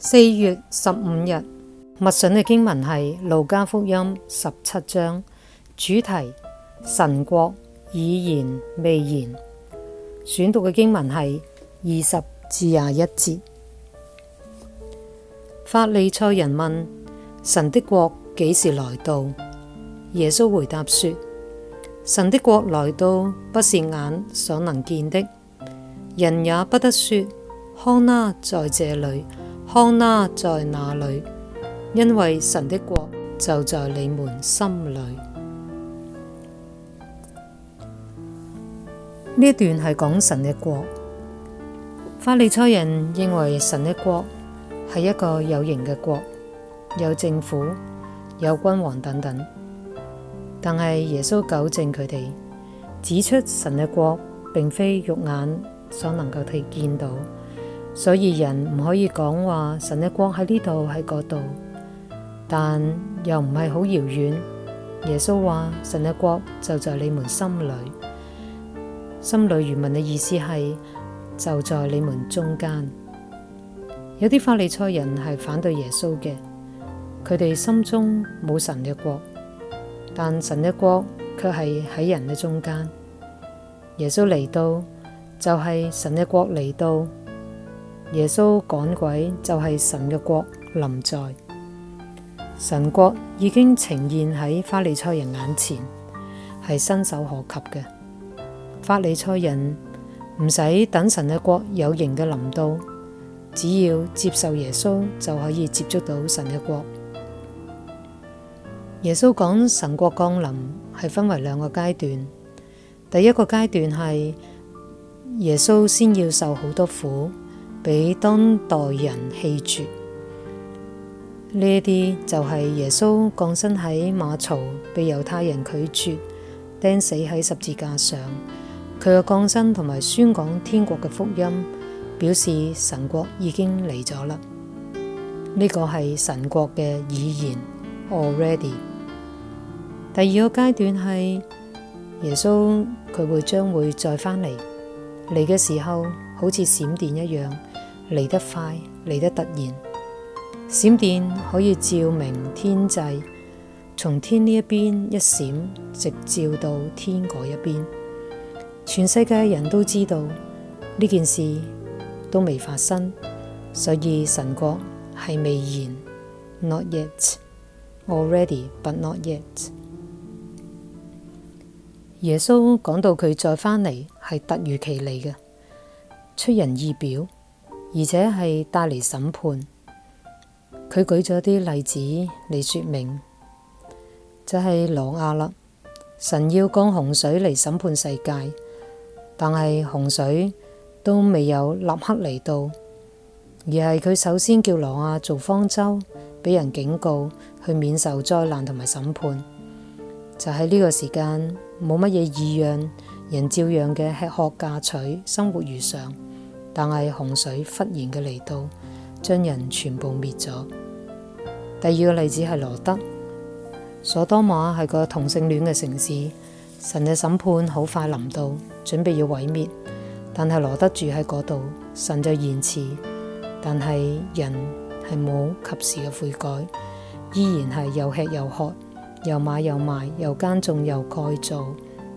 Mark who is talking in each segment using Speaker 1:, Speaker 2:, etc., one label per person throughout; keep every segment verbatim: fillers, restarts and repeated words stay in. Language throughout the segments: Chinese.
Speaker 1: 四月十五日默想嘅經文係路加福音十七章，主題神國已然未然。選讀嘅經文係二十至廿一節。法利賽人問：神的國幾時來到？耶穌回答說：神的國來到，不是眼所能見的，人也不得說看哪在這裏，看哪在那裏，因為神的國就在你們心裏。呢一段係講神嘅國。法利賽人認為神嘅國係一個有形嘅國，有政府，有君王等等。但係耶穌糾正佢哋，指出神嘅國並非肉眼所能夠睇見到，所以人唔可以講話神嘅國喺呢度喺嗰度，但又唔係好遙遠。耶穌話神嘅國就在你們心裏，心裏原文嘅意思係就在你們中間。有啲法利賽人係反對耶穌嘅，佢哋心中冇神嘅國，但神嘅國卻係喺人嘅中間。耶穌嚟到就係神嘅國嚟到，耶穌趕鬼就係神嘅國臨在。神國已經呈現喺法利賽人眼前，係伸手可及嘅。法利賽人唔使等神嘅國有形嘅臨到，只要接受耶穌就可以接觸到神嘅國。耶穌講神國降臨係分為兩個階段，第一個階段係耶穌先要受好多苦，俾當代人棄絕。呢一啲就係耶穌降生喺馬槽，被猶太人拒絕，釘死喺十字架上。佢嘅降生同埋宣講天國嘅福音，表示神國已經嚟咗啦。呢個係神國嘅已然 already。第二個階段係耶穌佢會將會再返嚟，嚟嘅時候好似閃電一樣，嚟得快，嚟得突然。閃電可以照明天際，從天呢一邊一閃，直照到天嗰一邊。全世界人都知道呢件事都未發生，所以神國係未然 ，not yet， already but not yet。耶穌講到佢再返嚟係突如其來嘅，出人意表，而且係帶嚟審判。佢舉咗啲例子嚟說明，就係挪亞啦。神要降洪水嚟審判世界，但係洪水都未有立刻嚟到，而係佢首先叫挪亞做方舟，俾人警告，去免受災難同埋審判。就喺呢個時間，冇乜嘢異樣，人照樣嘅吃喝嫁娶，生活如常。但係洪水忽然嘅嚟到，將人全部滅咗。第二個例子係羅德，所多瑪係個同性戀嘅城市，神嘅審判好快臨到，準備要毀滅。但係羅德住喺嗰度，神就延遲，但係人係冇及時嘅悔改，依然係又吃又喝，又買又賣，又耕種又蓋造。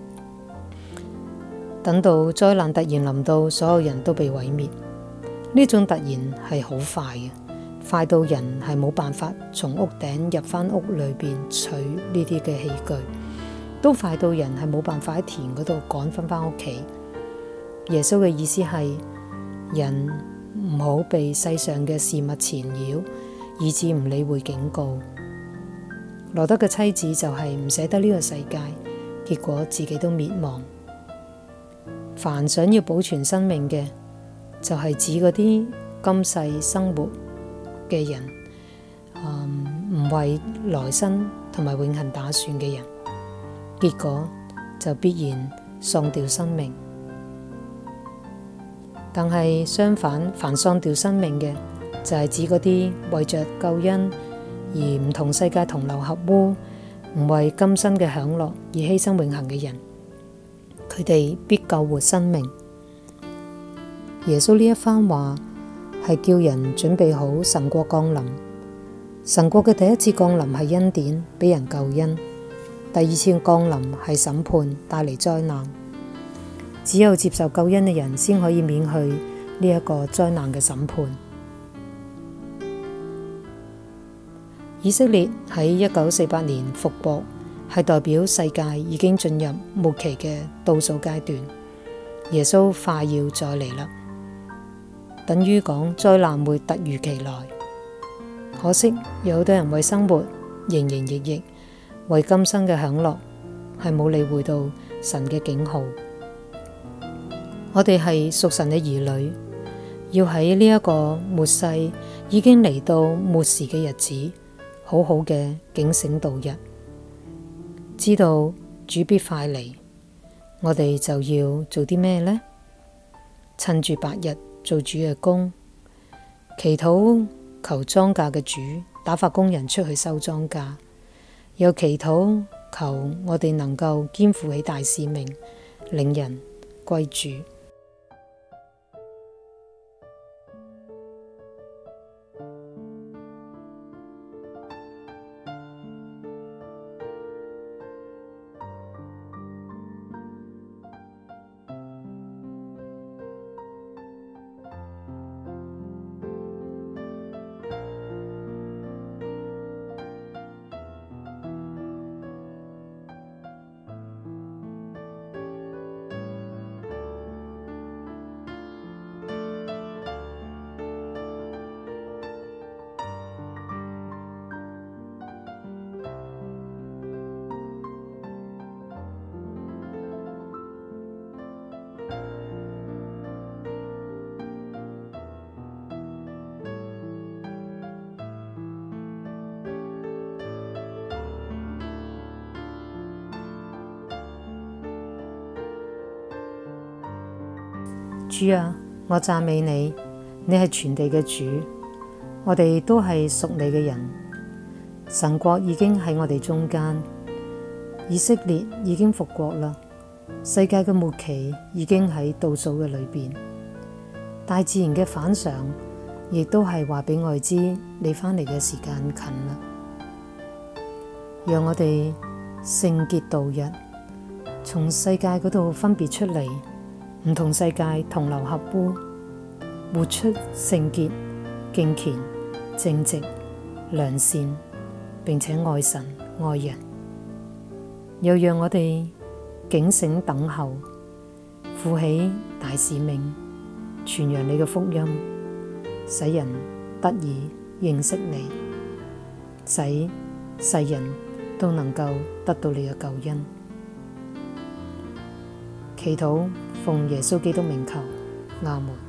Speaker 1: 等到災難突然臨到，所有人都被毀滅。呢種突然係好快嘅，快到人係冇辦法從屋頂入返屋裏邊取呢啲嘅器具，都快到人係冇辦法喺田嗰度趕返返屋企。耶穌嘅意思係人唔好被世上嘅事物纏繞，以致唔理會警告。羅德嘅妻子就係唔捨得呢個世界，結果自己都滅亡。凡想要保存生命嘅，就係指嗰啲今世生活嘅人，唔、嗯、為來生同埋永恆打算嘅人，結果就必然喪掉生命。但係相反，凡喪掉生命嘅，就係、是、指嗰啲為着救恩而唔同世界同流合污，唔為今生嘅享樂而犧牲永恆嘅人，佢哋必救活生命。耶穌呢一番話係叫人準備好神國降臨。神國嘅第一次降臨係恩典，俾人救恩；第二次降臨係審判，帶嚟災難。只有接受救恩嘅人，先可以免去呢一個災難嘅審判。以色列喺一九四八年復國，係代表世界已經進入末期嘅倒數階段，耶穌快要再嚟啦，等於講災難會突如其來。可惜有好多人為生活營營役役，為今生嘅享樂，係冇理會到神嘅警號。我哋係屬神嘅兒女，要喺呢一個末世已經嚟到末時嘅日子，好好嘅警醒度日，知道主必快嚟。我哋就要做啲咩呢？趁住白日做主嘅工，祈禱求莊稼嘅主打發工人出去收莊稼，又祈禱求我哋能夠肩負起大使命，領人歸主。主啊，我讚美你，你係全地嘅主，我哋都係屬你嘅人。神國已經喺我哋中間，以色列已經復國啦，世界嘅末期已經喺倒數嘅裏邊。大自然嘅反常亦都係話俾我哋知，你返嚟嘅時間近啦。讓我哋聖潔度日，從世界嗰度分別出嚟，唔同世界同流合污，活出聖潔、敬虔、正直、良善，並且愛神愛人。又讓我哋警醒等候，負起大使命，傳揚你嘅福音，使人得以認識你，使世人都能夠得到你嘅救恩。祈禱奉耶穌基督名求，阿門。